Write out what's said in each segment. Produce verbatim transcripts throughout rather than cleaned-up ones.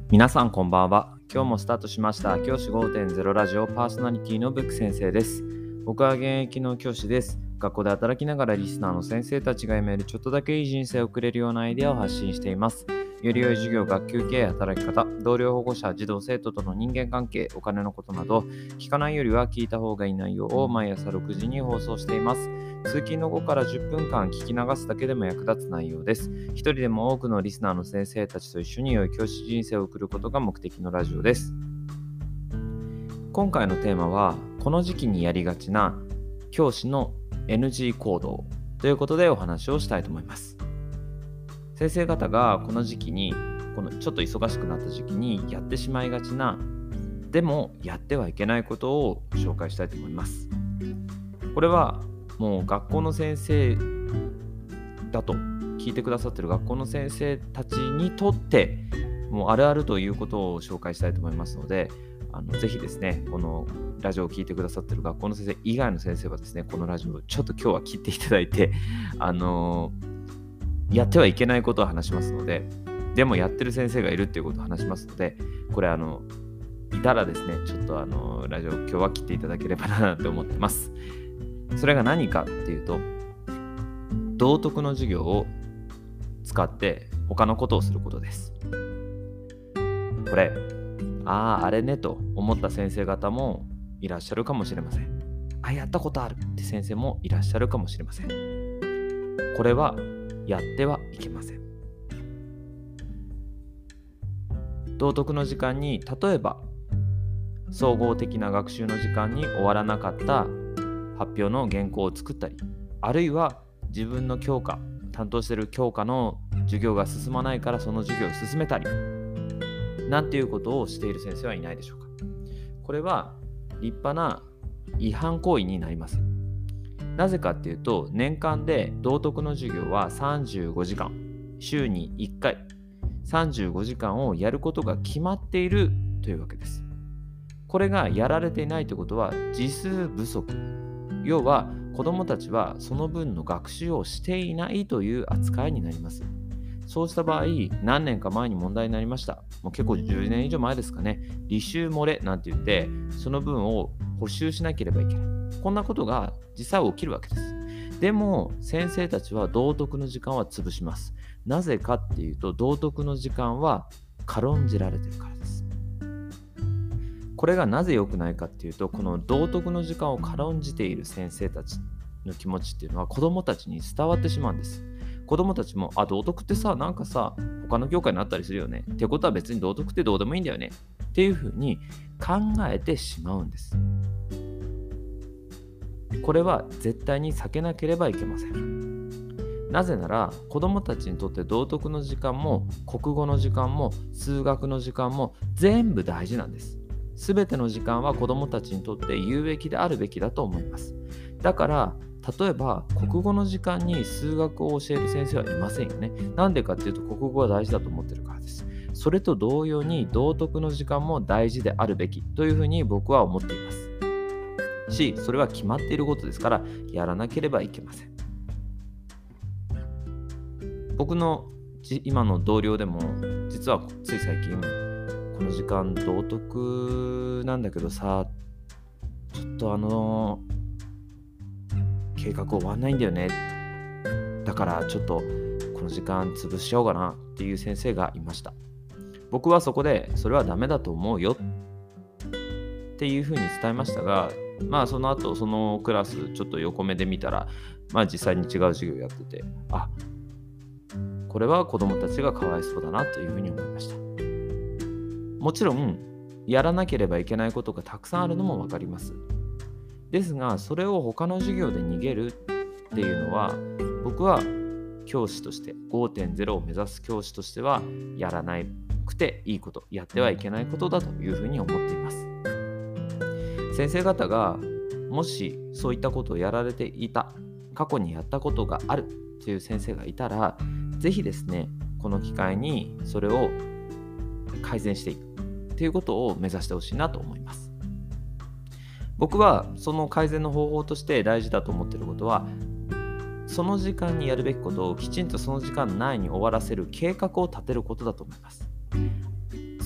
皆さんこんばんは。今日もスタートしました教師 ごてんゼロ ラジオパーソナリティのブック先生です。僕は現役の教師です。学校で働きながらリスナーの先生たちが夢見るちょっとだけいい人生を送れるようなアイデアを発信しています。より良い授業、学級経営、働き方、同僚保護者、児童生徒との人間関係、お金のことなど、聞かないよりは聞いた方がいい内容を毎朝ろくじに放送しています。通勤の後からじゅっぷんかん聞き流すだけでも役立つ内容です。一人でも多くのリスナーの先生たちと一緒に良い教師人生を送ることが目的のラジオです。今回のテーマは、この時期にやりがちな教師の エヌジー 行動ということでお話をしたいと思います。先生方がこの時期に、このちょっと忙しくなった時期にやってしまいがちな、でもやってはいけないことを紹介したいと思います。これはもう学校の先生だと聞いてくださっている学校の先生たちにとってもうあるあるということを紹介したいと思いますので、あのぜひですね、このラジオを聞いてくださっている学校の先生以外の先生はですね、このラジオをちょっと今日は聞いていただいて、あのやってはいけないことを話しますので、でもやってる先生がいるっていうことを話しますので、これあのいたらですね、ちょっとあのラジオ今日は切っていただければなと思ってます。それが何かっていうと、道徳の授業を使って他のことをすることです。これ、ああ、あれねと思った先生方もいらっしゃるかもしれません。あ、やったことあるって先生もいらっしゃるかもしれません。これはやってはいけません。道徳の時間に、例えば総合的な学習の時間に終わらなかった発表の原稿を作ったり、あるいは自分の教科、担当している教科の授業が進まないからその授業を進めたり、なんていうことをしている先生はいないでしょうか。これは立派な違反行為になります。なぜかっていうと、年間で道徳の授業はさんじゅうごじかん、週にいっかいさんじゅうごじかんをやることが決まっているというわけです。これがやられていないということは時数不足、要は子どもたちはその分の学習をしていないという扱いになります。そうした場合、何年か前に問題になりました。もう結構じゅうねん以上前ですかね。履修漏れなんて言って、その分を補習しなければいけない。こんなことが実際起きるわけです。でも先生たちは道徳の時間は潰します。なぜかっていうと、道徳の時間は軽んじられているからです。これがなぜ良くないかっていうと、この道徳の時間を軽んじている先生たちの気持ちっていうのは子どもたちに伝わってしまうんです。子どもたちも、あ、道徳ってさ、なんかさ、他の教科になったりするよね。ってことは別に道徳ってどうでもいいんだよね。っていうふうに考えてしまうんです。これは絶対に避けなければいけません。なぜなら、子どもたちにとって道徳の時間も国語の時間も数学の時間も全部大事なんです。すべての時間は子どもたちにとって有益であるべきだと思います。だから例えば国語の時間に数学を教える先生はいませんよね。なんでかっていうと、国語は大事だと思ってるからです。それと同様に道徳の時間も大事であるべきというふうに僕は思っていますし、それは決まっていることですからやらなければいけません。僕の今の同僚でも、実はつい最近、この時間道徳なんだけどさ、ちょっとあの計画終わんないんだよね、だからちょっとこの時間潰しちゃおうかなっていう先生がいました。僕はそこで、それはダメだと思うよっていうふうに伝えましたが、まあその後そのクラスちょっと横目で見たら、まあ実際に違う授業やってて、あ、これは子どもたちがかわいそうだなというふうに思いました。もちろんやらなければいけないことがたくさんあるのも分かります。ですが、それを他の授業で逃げるっていうのは、僕は教師として ごてんゼロ を目指す教師としてはやらなくていいこと、やってはいけないことだというふうに思っています。先生方がもしそういったことをやられていた、過去にやったことがあるという先生がいたら、ぜひですね、この機会にそれを改善していくということを目指してほしいなと思います。僕はその改善の方法として大事だと思っていることは、その時間にやるべきことをきちんとその時間内に終わらせる計画を立てることだと思います。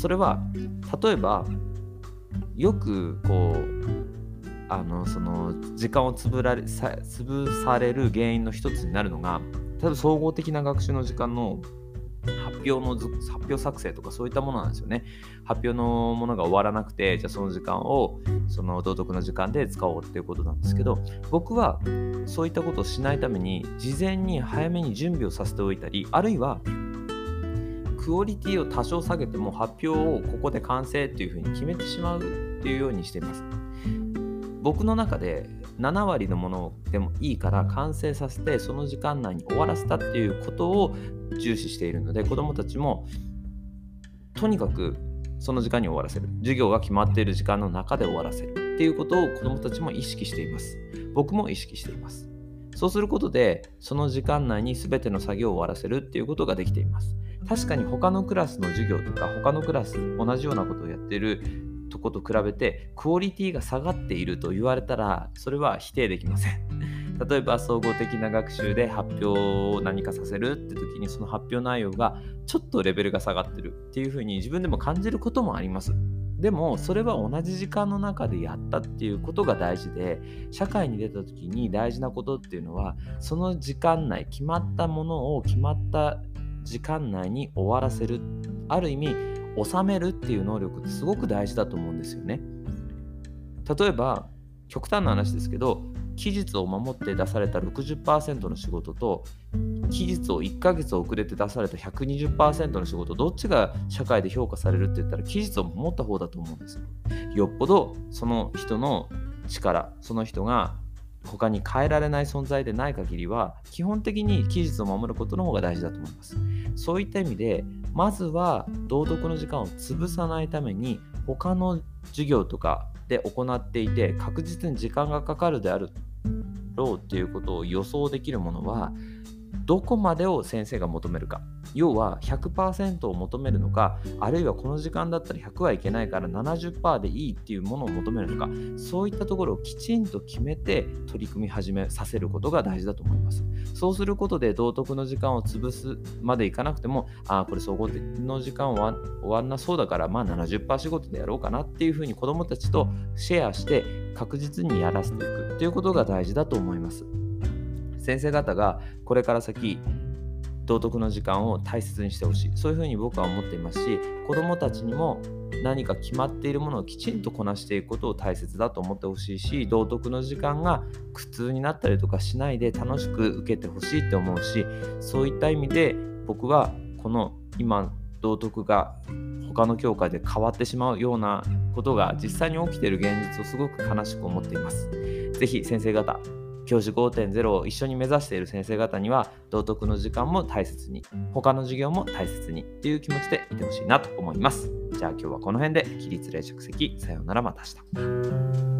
それは例えばよくこうあのその時間を潰られさ潰される原因の一つになるのが、例えば総合的な学習の時間の発表のず発表作成とかそういったものなんですよね。発表のものが終わらなくて、じゃあその時間をその道徳の時間で使おうっていうことなんですけど、僕はそういったことをしないために事前に早めに準備をさせておいたり、あるいはクオリティを多少下げても発表をここで完成っていうふうに決めてしまうっていうようにしています。僕の中でなな割のものでもいいから完成させて、その時間内に終わらせたっていうことを重視しているので、子どもたちもとにかくその時間に終わらせる、授業が決まっている時間の中で終わらせるっていうことを子どもたちも意識しています。僕も意識しています。そうすることでその時間内に全ての作業を終わらせるっていうことができています。確かに他のクラスの授業とか他のクラス同じようなことをやっているとこと比べてクオリティが下がっていると言われたら、それは否定できません。例えば総合的な学習で発表を何かさせるって時に、その発表内容がちょっとレベルが下がってるっていうふうに自分でも感じることもあります。でもそれは同じ時間の中でやったっていうことが大事で、社会に出た時に大事なことっていうのは、その時間内、決まったものを決まった時間内に終わらせる、ある意味収めるっていう能力ってすごく大事だと思うんですよね。例えば極端な話ですけど、期日を守って出された ろくじゅっパーセント の仕事と期日をいっかげつ遅れて出された ひゃくにじゅっパーセント の仕事、どっちが社会で評価されるって言ったら期日を守った方だと思うんですよ。よっぽどその人の力、その人が他に変えられない存在でない限りは、基本的に期日を守ることの方が大事だと思います。そういった意味で、まずは道徳の時間を潰さないために、他の授業とかで行っていて確実に時間がかかるであるろうっていうことを予想できるものは、どこまでを先生が求めるか、要は ひゃくパーセント を求めるのか、あるいはこの時間だったらひゃくはいけないから ななじゅっパーセント でいいっていうものを求めるのか、そういったところをきちんと決めて取り組み始めさせることが大事だと思います。そうすることで道徳の時間を潰すまでいかなくても、ああこれ総合的の時間は終わんなそうだから、まあ ななじゅっパーセント 仕事でやろうかなっていうふうに子どもたちとシェアして確実にやらせていくっていうことが大事だと思います。先生方がこれから先道徳の時間を大切にしてほしい、そういうふうに僕は思っていますし、子どもたちにも何か決まっているものをきちんとこなしていくことを大切だと思ってほしいし、道徳の時間が苦痛になったりとかしないで楽しく受けてほしいって思うし、そういった意味で僕はこの今道徳が他の教科で変わってしまうようなことが実際に起きている現実をすごく悲しく思っています。ぜひ先生方、教師 ごてんゼロ を一緒に目指している先生方には、道徳の時間も大切に、他の授業も大切にっていう気持ちでいてほしいなと思います。じゃあ今日はこの辺で。起立例着席、さようなら、また明日。